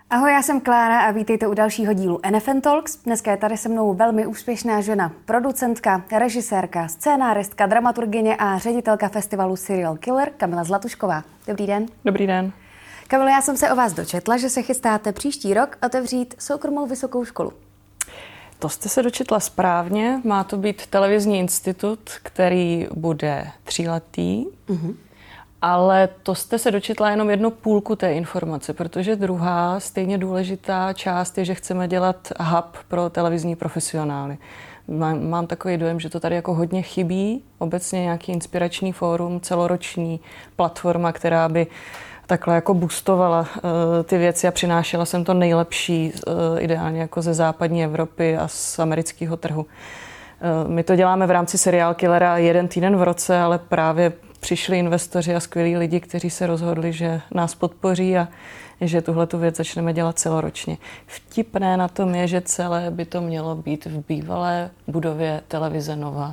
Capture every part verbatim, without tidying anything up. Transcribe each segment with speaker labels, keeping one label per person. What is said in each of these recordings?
Speaker 1: Ahoj, já jsem Klára a vítejte u dalšího dílu N F N Talks. Dneska je tady se mnou velmi úspěšná žena, producentka, režisérka, scénáristka, dramaturgyně a ředitelka festivalu Serial Killer Kamila Zlatušková. Dobrý den.
Speaker 2: Dobrý den.
Speaker 1: Kamilo, já jsem se o vás dočetla, že se chystáte příští rok otevřít soukromou vysokou školu.
Speaker 2: To jste se dočetla správně. Má to být televizní institut, který bude tříletý. Mm-hmm. Ale to jste se dočetla jenom jednu půlku té informace, protože druhá, stejně důležitá část je, že chceme dělat hub pro televizní profesionály. Mám, mám takový dojem, že to tady jako hodně chybí. Obecně nějaký inspirační fórum, celoroční platforma, která by takhle jako boostovala uh, ty věci a přinášela jsem to nejlepší, uh, ideálně jako ze západní Evropy a z amerického trhu. Uh, my to děláme v rámci Serial Killera jeden týden v roce, ale právě přišli investoři a skvělí lidi, kteří se rozhodli, že nás podpoří a že tuhletu věc začneme dělat celoročně. Vtipné na tom je, že celé by to mělo být v bývalé budově televize Nova,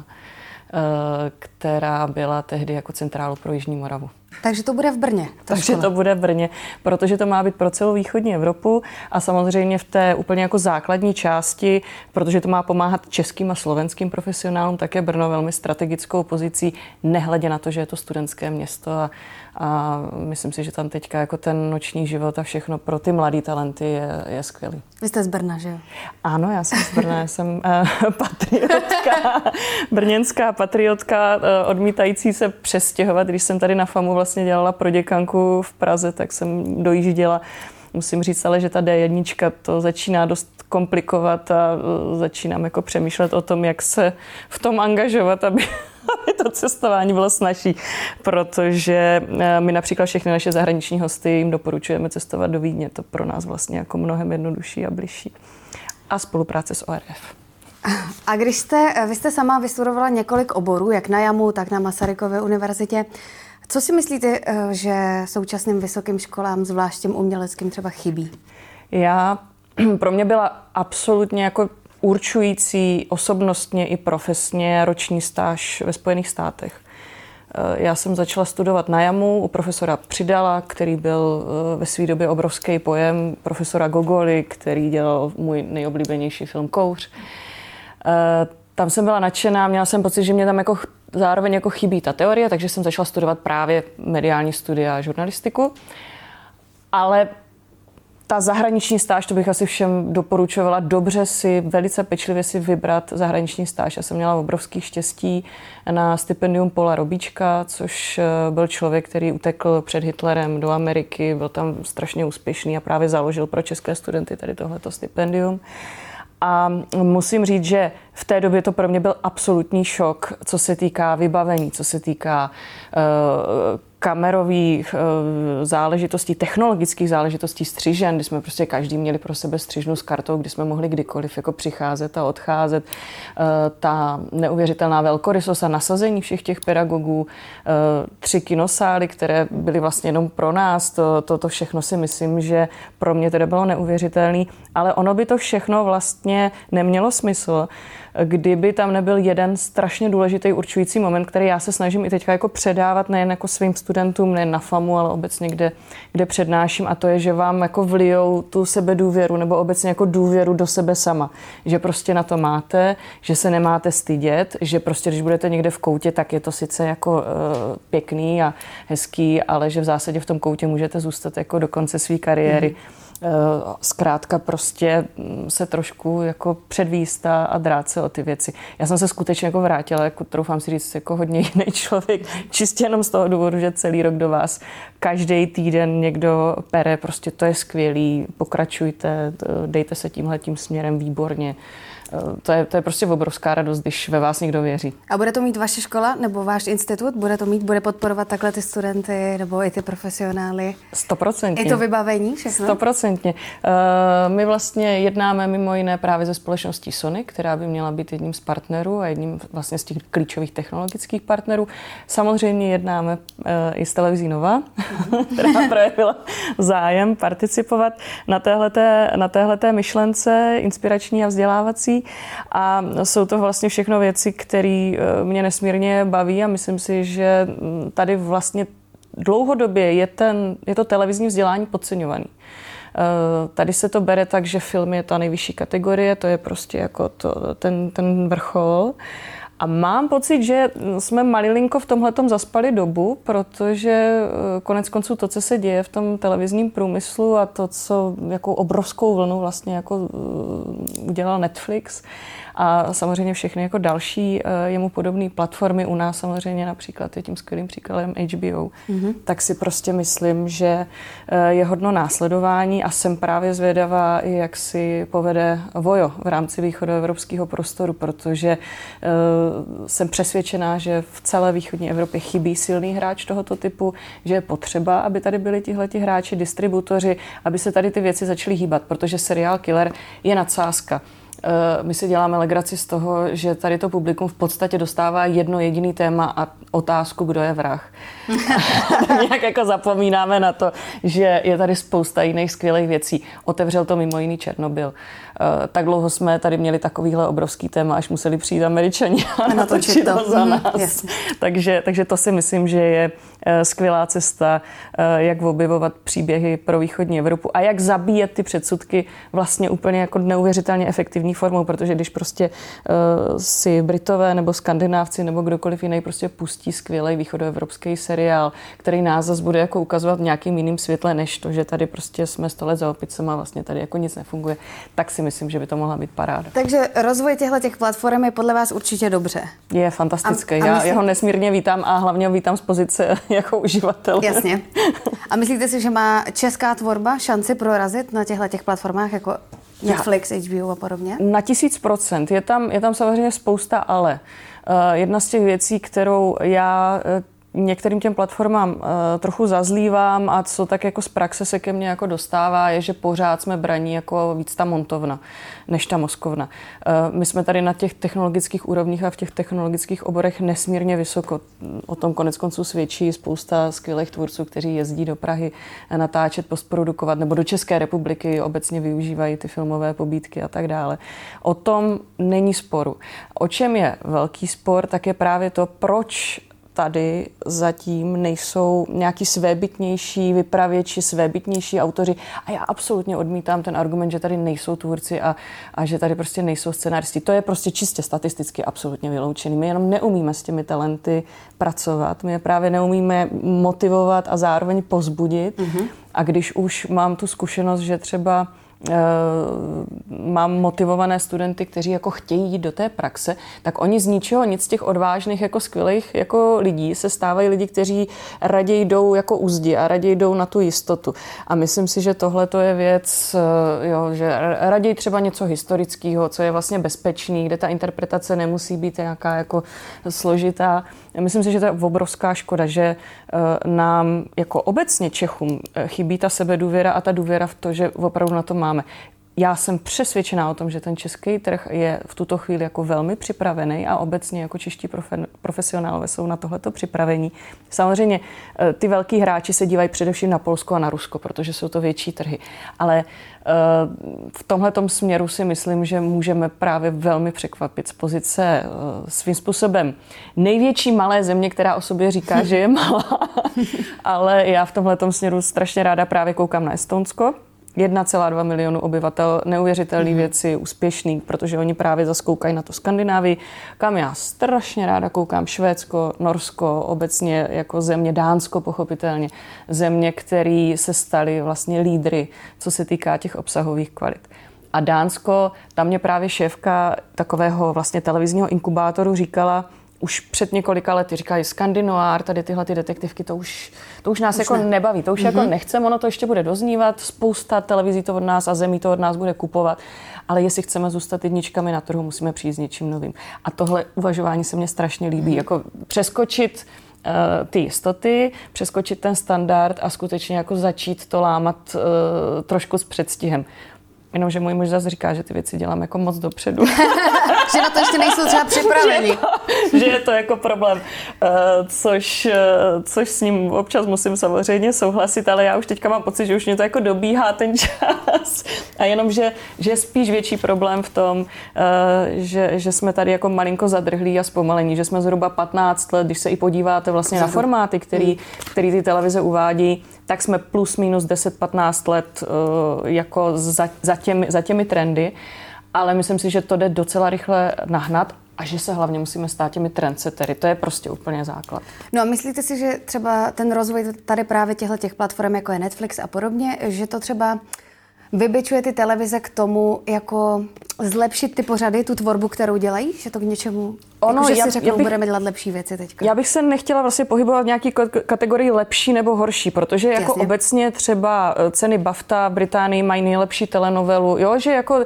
Speaker 2: která byla tehdy jako centrálu pro Jižní Moravu.
Speaker 1: Takže to bude v Brně.
Speaker 2: Takže škola. To bude v Brně, protože to má být pro celou východní Evropu a samozřejmě v té úplně jako základní části, protože to má pomáhat českým a slovenským profesionálům, tak je Brno velmi strategickou pozicí, nehledě na to, že je to studentské město a, a myslím si, že tam teďka jako ten noční život a všechno pro ty mladý talenty je, je skvělý.
Speaker 1: Vy jste z Brna, že jo?
Speaker 2: Ano, já jsem z Brna, já jsem uh, patriotka, brněnská patriotka, uh, odmítající se přestěhovat. Když jsem tady na FAMu vlastně dělala proděkanku v Praze, tak jsem dojížděla. Musím říct ale, že ta D jedna to začíná dost komplikovat a uh, začínám jako přemýšlet o tom, jak se v tom angažovat, aby aby to cestování bylo snazší, protože my například všechny naše zahraniční hosty jim doporučujeme cestovat do Vídně. To pro nás vlastně jako mnohem jednodušší a bližší. A spolupráce s O R F.
Speaker 1: A když jste, vy jste sama vystudovala několik oborů, jak na JAMu, tak na Masarykově univerzitě. Co si myslíte, že současným vysokým školám, zvlášť těm uměleckým, třeba chybí?
Speaker 2: Já, pro mě byla absolutně jako určující osobnostně i profesně roční stáž ve Spojených státech. Já jsem začala studovat na JAMu u profesora Přidala, který byl ve své době obrovský pojem, profesora Gogoly, který dělal můj nejoblíbenější film Kouř. Tam jsem byla nadšená, měla jsem pocit, že mě tam jako zároveň jako chybí ta teorie, takže jsem začala studovat právě mediální studia a žurnalistiku. Ale ta zahraniční stáž, to bych asi všem doporučovala dobře si, velice pečlivě si vybrat zahraniční stáž. Já jsem měla obrovský štěstí na stipendium Paula Robíčka, což byl člověk, který utekl před Hitlerem do Ameriky, byl tam strašně úspěšný a právě založil pro české studenty tady tohleto stipendium. A musím říct, že v té době to pro mě byl absolutní šok, co se týká vybavení, co se týká uh, kamerových uh, záležitostí, technologických záležitostí střižen, kdy jsme prostě každý měli pro sebe střižnu s kartou, kdy jsme mohli kdykoliv jako přicházet a odcházet. Uh, ta neuvěřitelná velkorysost a nasazení všech těch pedagogů, uh, tři kinosály, které byly vlastně jenom pro nás, to, to, to všechno si myslím, že pro mě teda bylo neuvěřitelný, ale ono by to všechno vlastně nemělo smysl, kdyby tam nebyl jeden strašně důležitý určující moment, který já se snažím i teďka jako předávat nejen jako svým studentům, nejen na FAMu, ale obecně kde, kde přednáším, a to je, že vám jako vlijou tu sebedůvěru nebo obecně jako důvěru do sebe sama. Že prostě na to máte, že se nemáte stydět, že prostě když budete někde v koutě, tak je to sice jako uh, pěkný a hezký, ale že v zásadě v tom koutě můžete zůstat jako do konce své kariéry. Mm. Zkrátka prostě se trošku jako předvíst a drát se o ty věci. Já jsem se skutečně jako vrátila, jako troufám si říct, jako hodně jiný člověk, čistě jenom z toho důvodu, že celý rok do vás každý týden někdo pere, prostě to je skvělý, pokračujte, dejte se tímhletím směrem výborně. To je, to je prostě obrovská radost, když ve vás někdo věří.
Speaker 1: A bude to mít vaše škola nebo váš institut? Bude to mít, bude podporovat takhle ty studenty nebo i ty profesionály?
Speaker 2: Stoprocentně.
Speaker 1: I to vybavení všechno?
Speaker 2: Stoprocentně. My vlastně jednáme mimo jiné právě ze společností Sony, která by měla být jedním z partnerů a jedním vlastně z těch klíčových technologických partnerů. Samozřejmě jednáme i s televizí Nova, která projevila zájem participovat na téhleté, na téhleté myšlence inspirační a vzdělávací. A jsou to vlastně všechno věci, které mě nesmírně baví a myslím si, že tady vlastně dlouhodobě je, ten, je to televizní vzdělání podceňovaný. Tady se to bere tak, že film je ta nejvyšší kategorie, to je prostě jako to, ten, ten vrchol. A mám pocit, že jsme malilinko v tomhletom zaspali dobu, protože konec konců to, co se děje v tom televizním průmyslu a to, co jakou obrovskou vlnu vlastně jako udělal Netflix a samozřejmě všechny jako další jemu podobné platformy, u nás samozřejmě například je tím skvělým příkladem H B O, mm-hmm. tak si prostě myslím, že je hodno následování a jsem právě zvědavá, jak si povede Vojo v rámci východoevropského prostoru, protože jsem přesvědčená, že v celé východní Evropě chybí silný hráč tohoto typu, že je potřeba, aby tady byli tihleti hráči, distributoři, aby se tady ty věci začaly hýbat, protože seriál Killer je nadsázka. My si děláme legraci z toho, že tady to publikum v podstatě dostává jedno jediný téma a otázku, kdo je vrah. Nějak jako zapomínáme na to, že je tady spousta jiných skvělých věcí. Otevřel to mimo jiný Černobyl. Tak dlouho jsme tady měli takovýhle obrovský téma, až museli přijít Američani a natočit to za nás. Mm, takže, takže to si myslím, že je skvělá cesta, jak objevovat příběhy pro východní Evropu a jak zabíjet ty předsudky vlastně úplně jako neuvěřitelně efektivní formou, protože když prostě uh, si Britové nebo Skandinávci nebo kdokoliv jiný prostě pustí skvělý východoevropský seriál, který nás zase bude jako ukazovat v nějakým jiným světle, než to, že tady prostě jsme sto let za opicema, vlastně tady jako nic nefunguje, tak si myslím, že by to mohla být paráda.
Speaker 1: Takže rozvoj těchto těch platform je podle vás určitě dobře.
Speaker 2: Je fantastický. A, a Já myslí... ho nesmírně vítám a hlavně ho vítám z pozice jako uživatel.
Speaker 1: Jasně. A myslíte si, že má česká tvorba šanci prorazit na těchto těch platformách jako Netflix, H B O a podobně?
Speaker 2: Na tisíc procent. Je tam, je tam samozřejmě spousta ale. Uh, jedna z těch věcí, kterou já uh, některým těm platformám uh, trochu zazlívám a co tak jako z praxe se ke mně jako dostává, je, že pořád jsme braní jako víc ta montovna, než ta mozkovna. Uh, my jsme tady na těch technologických úrovních a v těch technologických oborech nesmírně vysoko. O tom konec konců svědčí spousta skvělých tvůrců, kteří jezdí do Prahy natáčet, postprodukovat, nebo do České republiky obecně využívají ty filmové pobídky a tak dále. O tom není sporu. O čem je velký spor, tak je právě to, proč tady zatím nejsou nějaký svébytnější vypravěči, svébytnější autoři. A já absolutně odmítám ten argument, že tady nejsou tvůrci a, a že tady prostě nejsou scenaristi. To je prostě čistě statisticky absolutně vyloučený. My jenom neumíme s těmi talenty pracovat. My je právě neumíme motivovat a zároveň povzbudit. Mm-hmm. A když už mám tu zkušenost, že třeba mám motivované studenty, kteří jako chtějí jít do té praxe, tak oni z ničeho nic z těch odvážných jako skvělých jako lidí se stávají lidi, kteří raději jdou jako uzdi a raději jdou na tu jistotu. A myslím si, že tohle to je věc, jo, že raději třeba něco historického, co je vlastně bezpečný, kde ta interpretace nemusí být nějaká jako složitá. Myslím si, že to je obrovská škoda, že nám jako obecně Čechům chybí ta sebedůvěra a ta důvěra v to, že opravdu na to máme. Já jsem přesvědčená o tom, že ten český trh je v tuto chvíli jako velmi připravený a obecně jako čeští profe- profesionálové jsou na tohleto připravení. Samozřejmě ty velký hráči se dívají především na Polsko a na Rusko, protože jsou to větší trhy. Ale v tomhletom směru si myslím, že můžeme právě velmi překvapit z pozice svým způsobem největší malé země, která o sobě říká, že je malá. Ale já v tomhletom směru strašně ráda právě koukám na Estonsko. jedna celá dva milionu obyvatel, neuvěřitelné mm-hmm. věci, úspěšný, protože oni právě zaskoukají na to Skandinávii, kam já strašně ráda koukám, Švédsko, Norsko, obecně jako země, Dánsko pochopitelně, země, které se staly vlastně lídry, co se týká těch obsahových kvalit. A Dánsko, tam mě právě šéfka takového vlastně televizního inkubátoru říkala, už před několika lety říkají Skandinoár, tady tyhle ty detektivky, to už, to už nás už jako ne. nebaví, to už mm-hmm. jako nechceme, ono to ještě bude doznívat, spousta televizí to od nás a zemí to od nás bude kupovat, ale jestli chceme zůstat jedničkami na trhu, musíme přijít s něčím novým. A tohle uvažování se mně strašně líbí, mm-hmm. jako přeskočit uh, ty jistoty, přeskočit ten standard a skutečně jako začít to lámat uh, trošku s předstihem. Jenomže můj muž zase říká, že ty věci dělám jako moc dopředu.
Speaker 1: že na to ještě nejsou třeba připraveni.
Speaker 2: Že je to, že je to jako problém, což, což s ním občas musím samozřejmě souhlasit, ale já už teďka mám pocit, že už mě to jako dobíhá ten čas a jenom, že, že je spíš větší problém v tom, že, že jsme tady jako malinko zadrhlí a zpomalení, že jsme zhruba patnáct let, když se i podíváte vlastně na formáty, který, který ty televize uvádí, tak jsme plus minus deset patnáct let jako za, za, těmi, za těmi trendy, ale myslím si, že to jde docela rychle nahnat a že se hlavně musíme stát těmi trendsettery. To je prostě úplně základ.
Speaker 1: No a myslíte si, že třeba ten rozvoj tady právě těchto těch platform, jako je Netflix a podobně, že to třeba vybičuje ty televize k tomu, jako zlepšit ty pořady, tu tvorbu, kterou dělají? Že to k něčemu, ono, jako, že já, si řeknou, bych, budeme dělat lepší věci teďka?
Speaker 2: Já bych se nechtěla vlastně pohybovat v nějaký kategorii lepší nebo horší, protože jako Jasně. obecně třeba ceny BAFTA v Británii mají nejlepší telenovelu, jo, že jako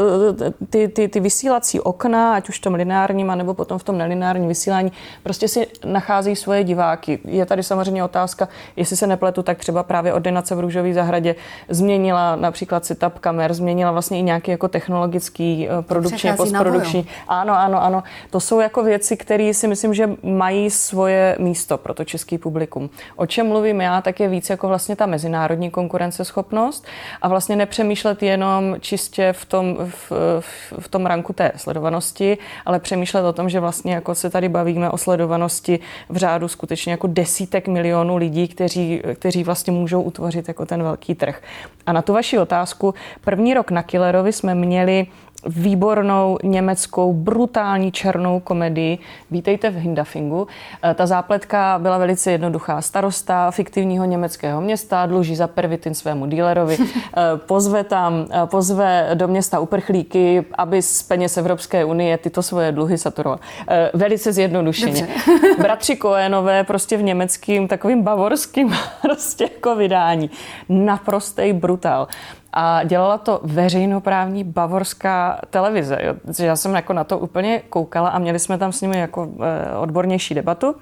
Speaker 2: ty, ty, ty vysílací okna, ať už v tom lineárním, nebo potom v tom nelineárním vysílání, prostě si nachází svoje diváky. Je tady samozřejmě otázka, jestli se nepletu, tak třeba právě Ordinace v Růžové zahradě změnila například setup kamer, změnila vlastně i nějaký jako technologický produkčně, postprodukční. Ano, ano, ano. To jsou jako věci, které si myslím, že mají svoje místo pro to český publikum. O čem mluvím já, tak je víc jako vlastně ta mezinárodní konkurenceschopnost a vlastně nepřemýšlet jenom čistě v tom, v, v tom ranku té sledovanosti, ale přemýšlet o tom, že vlastně jako se tady bavíme o sledovanosti v řádu skutečně jako desítek milionů lidí, kteří, kteří vlastně můžou utvořit jako ten velký trh. A na tu vaši otázku, první rok na Killerovi jsme měli výbornou německou brutální černou komedii Vítejte v Hindafingu. Ta zápletka byla velice jednoduchá. Starosta fiktivního německého města dluží za pervitin svému dílerovi, pozve tam, pozve do města uprchlíky, aby z peněz Evropské unie tyto svoje dluhy saturoval. Velice zjednodušeně. Dobře. Bratři Coenové prostě v německým takovým bavorským prostě jako vydání. Naprostej brutál. A dělala to veřejnoprávní bavorská televize. Jo. Já jsem jako na to úplně koukala a měli jsme tam s nimi jako odbornější debatu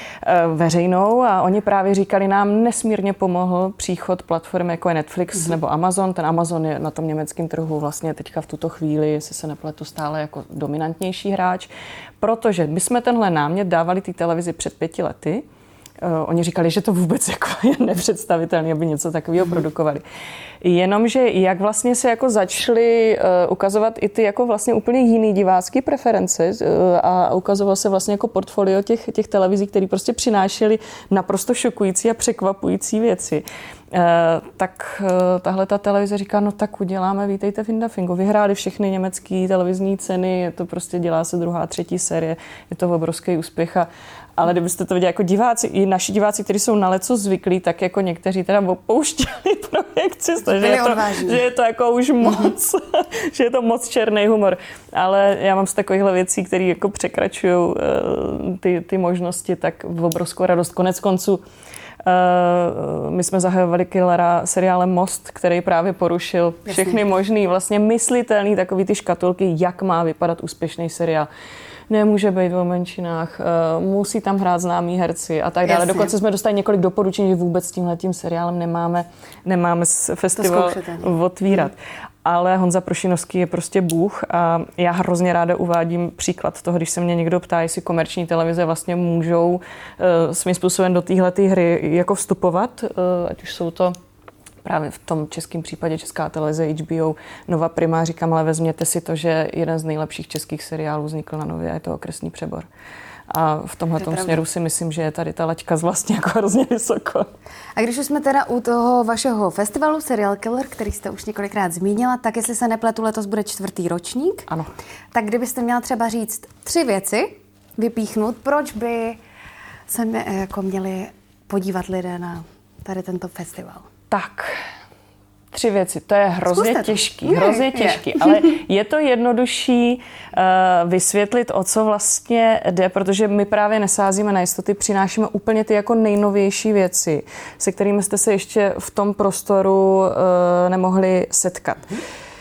Speaker 2: veřejnou a oni právě říkali, nám nesmírně pomohl příchod platformy jako je Netflix mm-hmm. nebo Amazon. Ten Amazon je na tom německém trhu vlastně teďka v tuto chvíli, jestli se nepletu, stále jako dominantnější hráč, protože my jsme tenhle námět dávali té televizi před pěti lety. Uh, oni říkali, že to vůbec jako je nepředstavitelné, aby něco takového produkovali. Jenomže jak vlastně se jako začaly uh, ukazovat i ty jako vlastně úplně jiný divácký preference uh, a ukazovalo se vlastně jako portfolio těch, těch televizí, které prostě přinášely naprosto šokující a překvapující věci. Uh, tak uh, tahle ta televize říká, no tak uděláme Vítejte v Hindafingu. Vyhráli všechny německé televizní ceny, je to prostě, dělá se druhá, třetí série, je to obrovský úspěch a ale kdybyste to viděli jako diváci, i naši diváci, kteří jsou na leco zvyklí, tak jako někteří teda opouštěli projekci, že je, to, že je to jako už moc, že je to moc černý humor. Ale já mám z takovýchhle věcí, které jako překračují uh, ty, ty možnosti, tak v obrovskou radost. Konec konců Uh, my jsme zahajovali Killera seriálem Most, který právě porušil všechny Jasně. možný, vlastně myslitelný takový ty škatulky, jak má vypadat úspěšný seriál. Nemůže být v menšinách, uh, musí tam hrát známí herci a tak dále. Jasně. Dokonce jsme dostali několik doporučení, že vůbec s tímhletím seriálem nemáme, nemáme festival otvírat. Hmm. Ale Honza Prošinovský je prostě bůh a já hrozně ráda uvádím příklad toho, když se mě někdo ptá, jestli komerční televize vlastně můžou uh, svým způsobem do téhleté hry jako vstupovat, uh, ať už jsou to právě v tom českém případě Česká televize, H B O, Nova Prima, říkám, ale vezměte si to, že jeden z nejlepších českých seriálů vznikl na Nově a je to Okresní přebor. A v tomhletom směru si myslím, že je tady ta laťka vlastně jako hrozně vysoko.
Speaker 1: A když už jsme teda u toho vašeho festivalu Serial Killer, který jste už několikrát zmínila, tak jestli se nepletu, letos bude čtvrtý ročník.
Speaker 2: Ano.
Speaker 1: Tak kdybyste měla třeba říct tři věci, vypíchnout, proč by se mě, jako měli podívat lidé na tady tento festival?
Speaker 2: Tak, tři věci. To je hrozně Zkuste těžký, to. hrozně je, těžký, je. Ale je to jednodušší uh, vysvětlit, o co vlastně jde, protože my právě nesázíme na jistoty, přinášíme úplně ty jako nejnovější věci, se kterými jste se ještě v tom prostoru uh, nemohli setkat.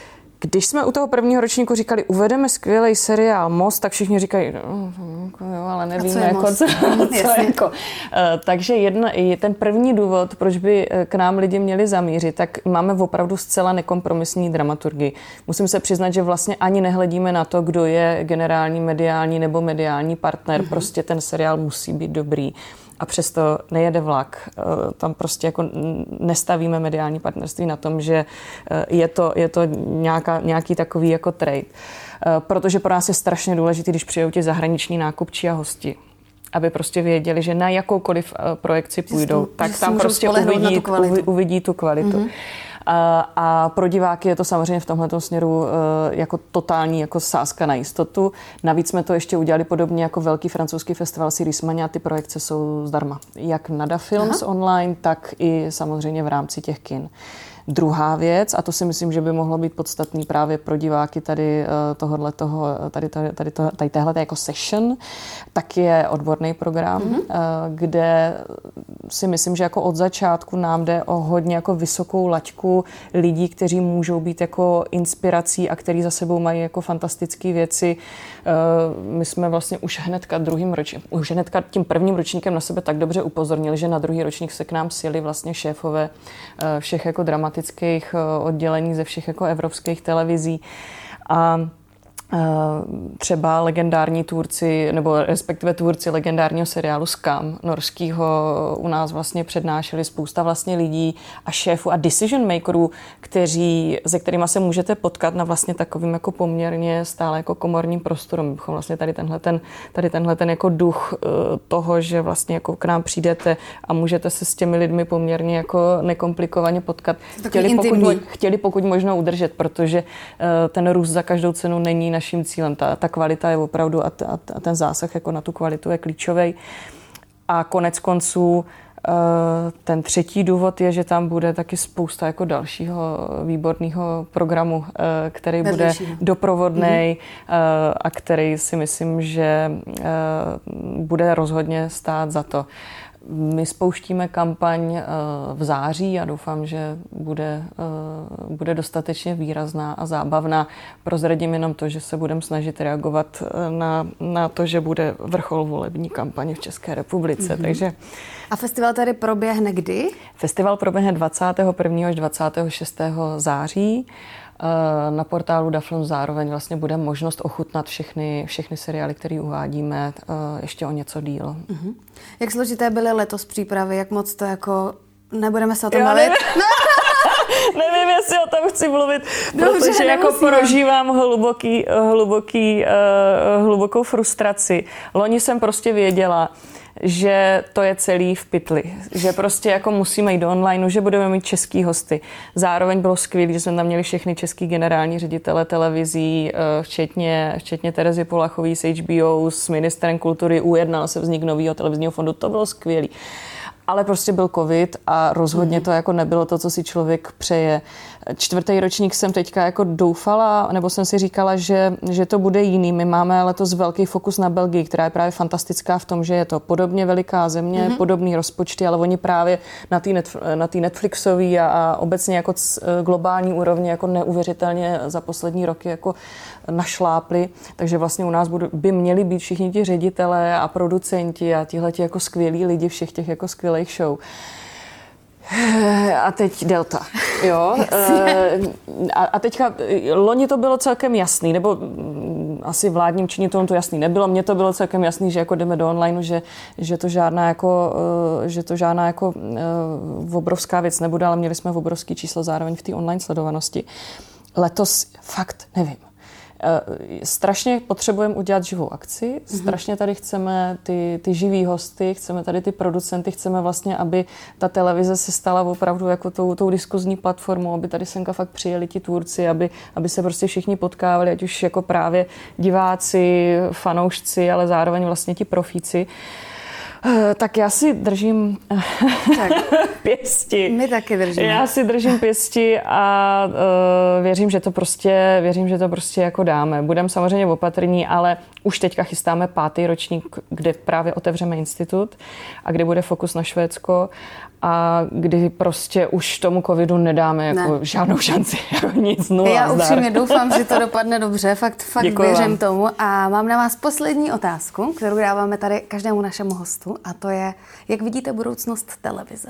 Speaker 2: když jsme u toho prvního ročníku říkali, uvedeme skvělý seriál Most, tak všichni říkají, no, jo, ale nevíme, co jako, co, co jako. Takže jedna, ten první důvod, proč by k nám lidi měli zamířit, tak máme opravdu zcela nekompromisní dramaturgii. Musím se přiznat, že vlastně ani nehledíme na to, kdo je generální, mediální nebo mediální partner. Mm-hmm. Prostě ten seriál musí být dobrý. A přesto nejede vlak. Tam prostě jako nestavíme mediální partnerství na tom, že je to, je to nějaká, nějaký takový jako trade. Protože pro nás je strašně důležité, když přijdou ti zahraniční nákupčí a hosti, aby prostě věděli, že na jakoukoliv projekci půjdou, tak tam prostě uvidí tu kvalitu. Uvidí tu kvalitu. Mm-hmm. A, a pro diváky je to samozřejmě v tomhletom směru jako totální jako sázka na jistotu. Navíc jsme to ještě udělali podobně jako velký francouzský festival Series Mania. Ty projekce jsou zdarma. Jak Nada Films Aha. online, tak i samozřejmě v rámci těch kin. Druhá věc, a to si myslím, že by mohlo být podstatný právě pro diváky tady tohohle toho, tady, tady, tady, tady téhle jako session, tak je odborný program, mm-hmm. kde si myslím, že jako od začátku nám jde o hodně jako vysokou laťku lidí, kteří můžou být jako inspirací a kteří za sebou mají jako fantastické věci. My jsme vlastně už hnedka druhým ročníkem, už hnedka tím prvním ročníkem na sebe tak dobře upozornili, že na druhý ročník se k nám sjeli vlastně šéfové všech jako dramatických oddělení ze všech jako evropských televizí. A třeba legendární tvůrci, nebo respektive tvůrci legendárního seriálu Skam norskýho u nás vlastně přednášeli spousta vlastně lidí a šéfů a decision makerů, kteří, se kterými se můžete potkat na vlastně takovým jako poměrně stále jako komorním prostoru. My bychom vlastně tady tenhle ten, tady tenhle ten jako duch toho, že vlastně jako k nám přijdete a můžete se s těmi lidmi poměrně jako nekomplikovaně potkat. Chtěli pokud, chtěli pokud možno udržet, protože ten růst za každou cenu není naším cílem. Ta, ta kvalita je opravdu a, a, a ten zásah jako na tu kvalitu je klíčový. A konec konců ten třetí důvod je, že tam bude taky spousta jako dalšího výborného programu, který bude doprovodný mm-hmm. a který si myslím, že bude rozhodně stát za to. My spouštíme kampaň v září a doufám, že bude, bude dostatečně výrazná a zábavná. Prozradím jenom to, že se budeme snažit reagovat na, na to, že bude vrchol volební kampaně v České republice. Mm-hmm. Takže...
Speaker 1: A festival tady proběhne kdy?
Speaker 2: Festival proběhne dvacátého prvního až dvacátého šestého září. Na portálu Dafilm zároveň vlastně bude možnost ochutnat všechny, všechny seriály, které uvádíme, ještě o něco díl. Uh-huh.
Speaker 1: Jak složité byly letos přípravy? Jak moc to jako... Nebudeme se o tom bavit?
Speaker 2: Nevím, jestli o tom chci mluvit, Dobře, protože jako prožívám hluboký, hluboký, uh, hlubokou frustraci. Loni jsem prostě věděla, že to je celý v pytli, že prostě jako musíme jít do onlineu, že budeme mít český hosty. Zároveň bylo skvělé, že jsme tam měli všechny český generální ředitele televizí, včetně, včetně Terezy Polachové z H B O, s ministrem kultury, ujednal se vznik nového televizního fondu, to bylo skvělé. Ale prostě byl covid a rozhodně to jako nebylo to, co si člověk přeje. Čtvrtý ročník jsem teďka jako doufala, nebo jsem si říkala, že, že to bude jiný. My máme letos velký fokus na Belgii, která je právě fantastická v tom, že je to podobně veliká země, mm-hmm. podobný rozpočty, ale oni právě na té net, na té Netflixové a, a obecně jako globální úrovni jako neuvěřitelně za poslední roky jako našlápli. Takže vlastně u nás budu, by měli být všichni ti ředitelé a producenti a tihleti jako skvělí lidi všech těch jako skvělých show. A teď Delta, jo. A, a teďka, loni to bylo celkem jasný, nebo asi vládním činitelům to jasný nebylo. Mně to bylo celkem jasný, že jako jdeme do onlineu, že, že to žádná jako, že to žádná jako obrovská věc nebude, ale měli jsme obrovský číslo zároveň v té online sledovanosti. Letos fakt nevím. Strašně potřebujeme udělat živou akci, mm-hmm. strašně tady chceme ty, ty živý hosty, chceme tady ty producenty, chceme vlastně, aby ta televize se stala opravdu jako tou, tou diskuzní platformou, aby tady senka fakt přijeli ti tvůrci, aby, aby se prostě všichni potkávali, ať už jako právě diváci, fanoušci, ale zároveň vlastně ti profíci. Tak já si držím tak. pěsti.
Speaker 1: My taky držíme.
Speaker 2: Já si držím pěsti a uh, věřím, že to prostě, věřím, že to prostě jako dáme. Budeme samozřejmě opatrní, ale už teďka chystáme pátý ročník, kde právě otevřeme institut a kde bude fokus na Švédsko a kdy prostě už tomu covidu nedáme jako ne. žádnou šanci, jako nic, nula.
Speaker 1: Já upřímně doufám, že to dopadne dobře, fakt, fakt věřím vám. tomu a mám na vás poslední otázku, kterou dáváme tady každému našemu hostu a to je, jak vidíte budoucnost televize?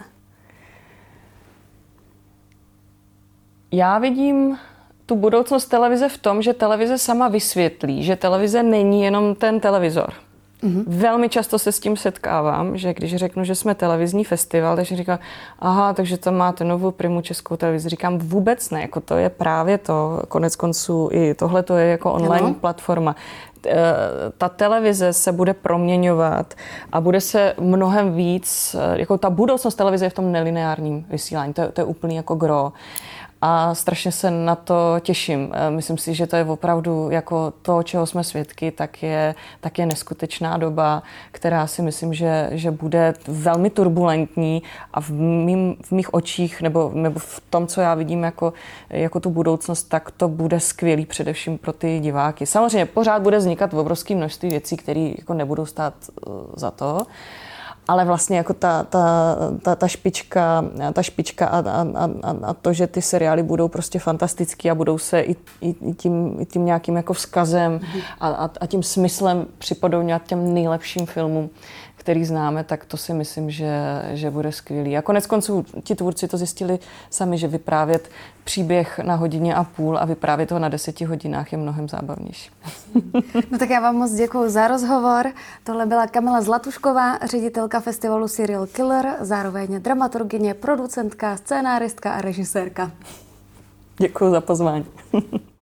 Speaker 2: Já vidím tu budoucnost televize v tom, že televize sama vysvětlí, že televize není jenom ten televizor. Mm-hmm. Velmi často se s tím setkávám, že když řeknu, že jsme televizní festival, takže říkám, aha, takže tam máte novou Primu českou televizi. Říkám, vůbec ne, jako to je právě to, konec konců i tohle to je jako online no. platforma. Ta televize se bude proměňovat a bude se mnohem víc, jako ta budoucnost televize je v tom nelineárním vysílání, to je, to je úplný jako gro. A strašně se na to těším. Myslím si, že to je opravdu jako to, čeho jsme svědky, tak je, tak je neskutečná doba, která si myslím, že, že bude velmi turbulentní a v, mým, v mých očích nebo, nebo v tom, co já vidím jako, jako tu budoucnost, tak to bude skvělý především pro ty diváky. Samozřejmě pořád bude vznikat obrovské množství věcí, které jako nebudou stát za to. Ale vlastně jako ta, ta, ta, ta špička, ta špička a, a, a, a to, že ty seriály budou prostě fantastický a budou se i, i, i, tím, i tím nějakým jako vzkazem a, a, a tím smyslem připodobňovat těm nejlepším filmům, který známe, tak to si myslím, že, že bude skvělý. A konec konců ti tvůrci to zjistili sami, že vyprávět příběh na hodině a půl a vyprávět ho na deseti hodinách je mnohem zábavnější.
Speaker 1: No tak já vám moc děkuju za rozhovor. Tohle byla Kamila Zlatušková, ředitelka festivalu Serial Killer, zároveň dramaturgyně, producentka, scénáristka a režisérka.
Speaker 2: Děkuju za pozvání.